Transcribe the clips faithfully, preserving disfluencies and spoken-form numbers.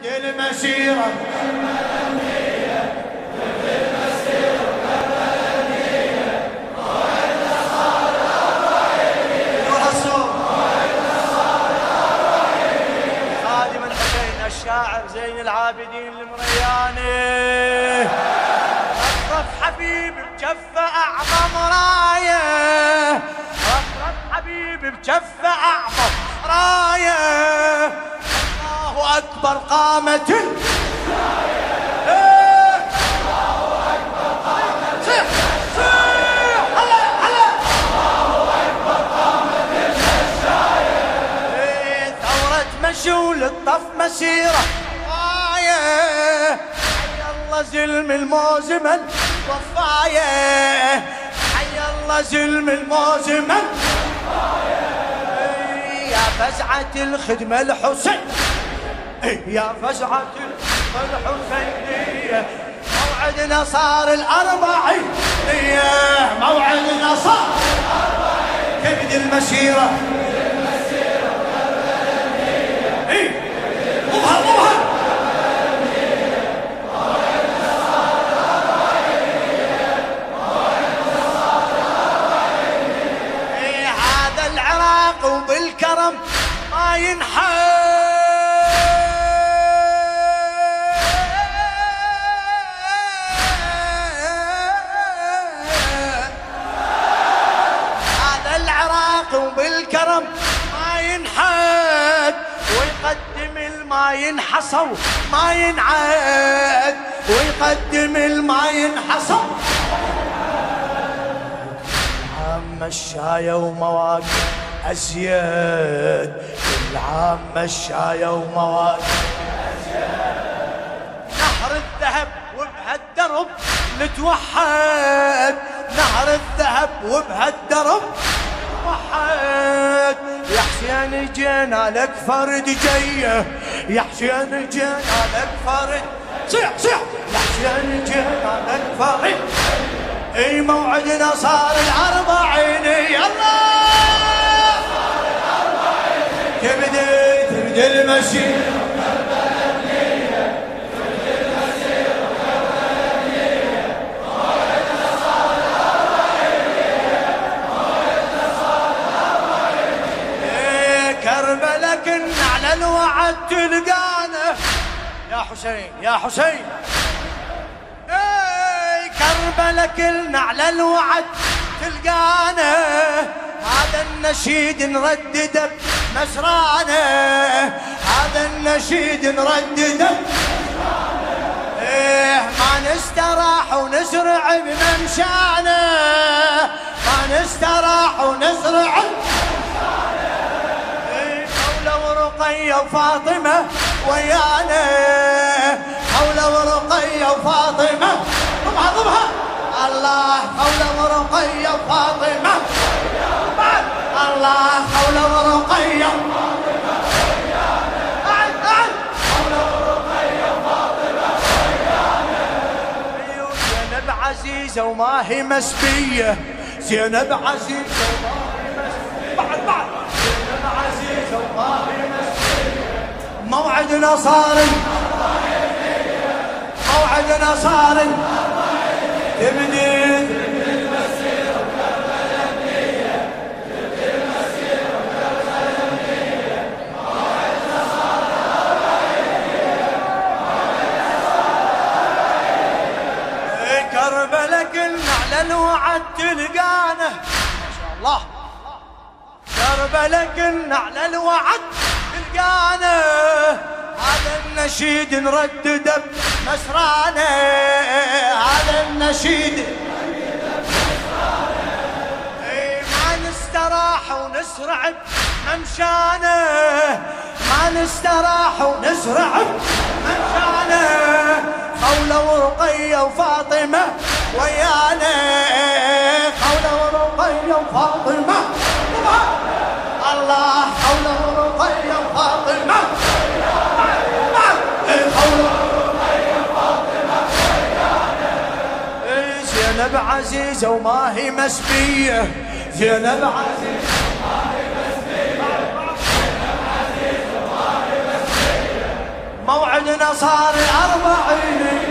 المسيرة خادم الحسين الشاعر زين العابدين المرياني أطرف حبيب بجفة أعظم راية أطرف حبيب بجفة أعظم راية الله أكبر قامت مشول الطف مسيرة راية حي الله زلم الموزمن وفاية حي الله زلم الموزمن يا فزعة الخدمة الحسين يا فزعة الحسينية موعدنا صار الأربعين موعدنا صار تبدي المسيرة وبالكرم ما ينحى هذا العراق وبالكرم ما ينحد ويقدم الما ينحصوا ما ينعاد ويقدم الما ينحصوا عم الشاية ومواقف أزياد العام مشاية ومواد نهر الذهب وبهالدرب نتوحد نهر الذهب وبهالدرب نتوحد يا حسين جينا لك فرد جيه يا حسين جينا لك فرد صيح صيح يا حسين جينا لك فرد اي موعدنا صار الأربعين يلا تبدي تبدي المسيرة كربلانية تبدي المسيرة كربلانية موعدنا صار الأربعين موعدنا صار الأربعين كربلا كنا على الوعد تلقانا يا حسين يا حسين اي كربلا كلنا على الوعد تلقانا هذا النشيد نردده مسرانه هذا النشيد نردده ايه ما نستراح ونسرع بممشانه ما نستراح ونسرع بممشانه ايه حول ورقية وفاطمة ويانا حول ورقية وفاطمة ضبها ضبها الله حول ورقية وفاطمة الله حول ورقية بعد بعد حول ورقية فاطمة زينب عزيزة وما هي مسبية زينب عزيزة وما هي مسبية بعد بعد زينب عزيزة وما هي مسبية موعدنا صار موعدنا صار تبدي الوعد تلقانا ما شاء الله كربلا كنا على الوعد تلقانا هذا النشيد نردده بمسرانه هذا النشيد اي ما نستراح ونسرع بممشانه ما نستراح ونسرع بممشانه خولة ورقية وفاطمة ويانا حول ورقية وفاطمة الله حول ورقية وفاطمة حول ورقية وفاطمة زينب عزيزة وما هي مسبية زينب عزيزة وما هي مسبية زينب عزيزة وما هي مسبية موعدنا صار الأربعين.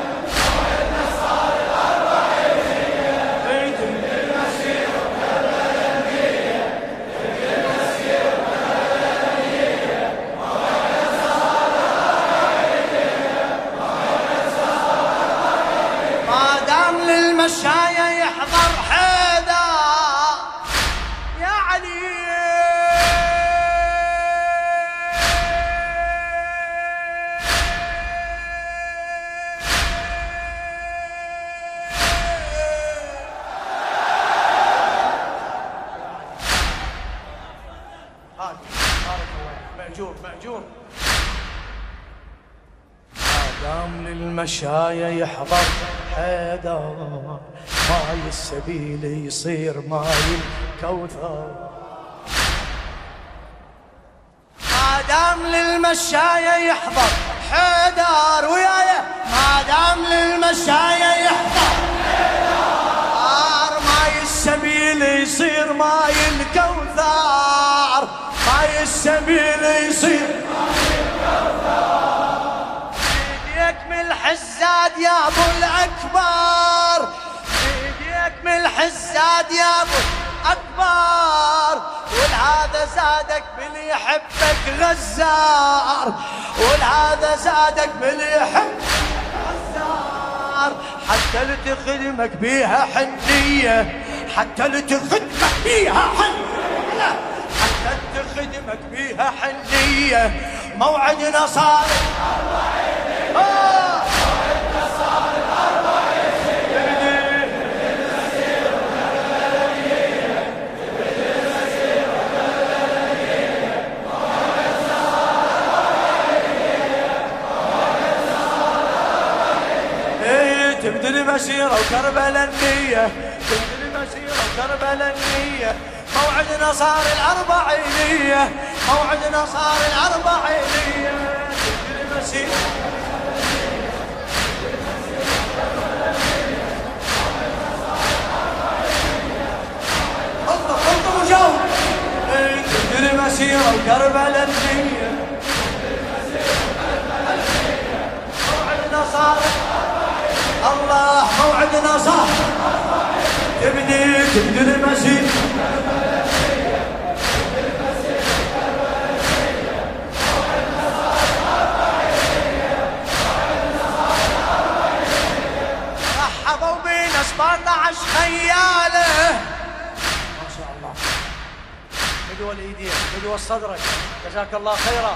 المشاية يحضر حيدر يا علي. مأجور مأجور. دام للمشاية يحضر حيدر ماي السبيل يصير ماي الكوثر. ما دام للمشاية يحضر حيدر ويايا، ما دام للمشاية يحضر حيدر ماي السبيل يصير ماي الكوثر. ماي السبيل يصير ماي الكوثر. بيديك ملح الزاد يا ابو الاكبر، بيديك ملح الزاد يا ابو الاكبر. والهذا زادك باللي يحبك غزار، والهذا زادك باللي يحبك غزار. حتى اللي تخدمك بيها حنية، حتى اللي تخدمك بيها حنية، حتى اللي تخدمك بيها حنية. موعدنا صار الأربعين. آه موعدنا صار الأربعين. بدنا نسير وبلدية، بدنا نسير وبلدية. موعدنا صار الأربعين، موعدنا صار الأربعين. إيه تبدي المسيرة وكربلاء النية، تبدي المسيرة وكربلاء النية. موعدنا صار الأربعينية، موعدنا صار الأربعينية. تبدي المسيرة خطة خطة وجو. تبدي المسيرة وكربلاء النية، موعدنا صار الله، موعدنا صار تبدي تبدي المسيرة. سبعطعش خياله ما شاء الله. بدو الايدين بدو الصدرك، جزاك الله خيرا.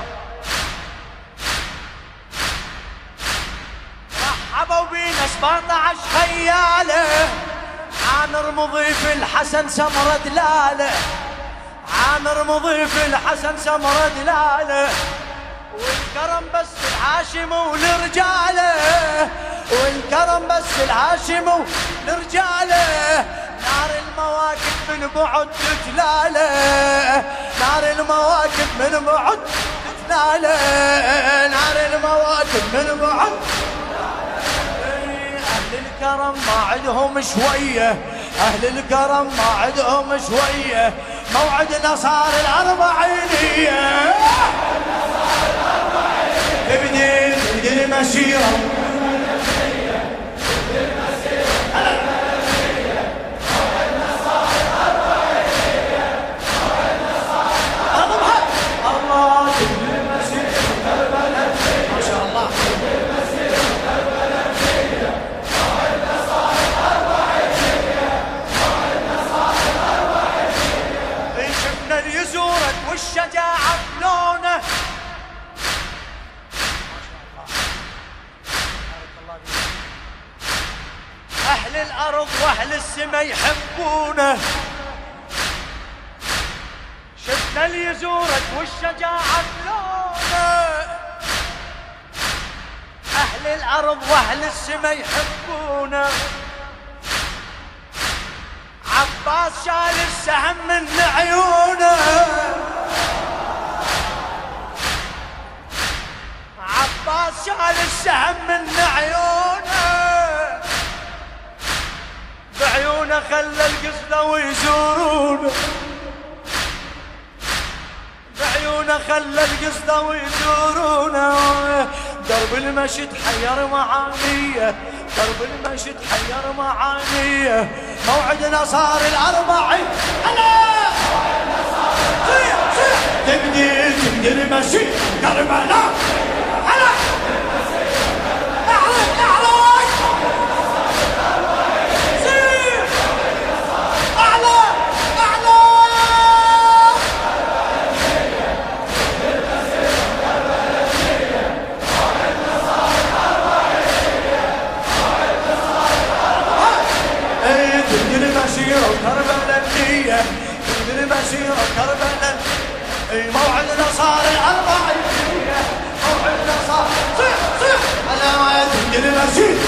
رحبوا بينا سبعطعش خياله، عامر مضيف الحسن سمرة دلاله، عامر مضيف الحسن سمرة دلاله. والكرم بس الهاشم ولرجاله، والكرم بس الهاشم ولرجاله. نار المواكب من بعد تتلاله، نار المواكب من بعد تتلاله، نار المواكب من بعد. أهل الكرم ما عندهم شوية، أهل الكرم ما عندهم شوية. موعدنا صار الأربعينية، تبدي تبدي المسيرة. والشجاعة بلونه. أهل الأرض وأهل السماء يحبونه. شفنا اللي يزورك والشجاعة بلونه. أهل الأرض وأهل السماء يحبونه. عباس شال السهم من عيونه، عباس شال السهم من عيونه. بعيونه خلى القصده ويزورونه، بعيونه عيونه خلى القصده ويدورونه، درب المشي تحير معانيه، درب المشي تحير معانيه، موعدنا صار الأربعين. هلا صيح صيح تقدر تقدر المشي كربلاء. هلا اعلق اعلق صيح اعلى اعلى. ايه تقدر المشي وكربلاء النية، تقدر المشي وكربلاء. اي موعدنا صار الأربعين، موعدنا صار صيح صيح على ما تقدر المشي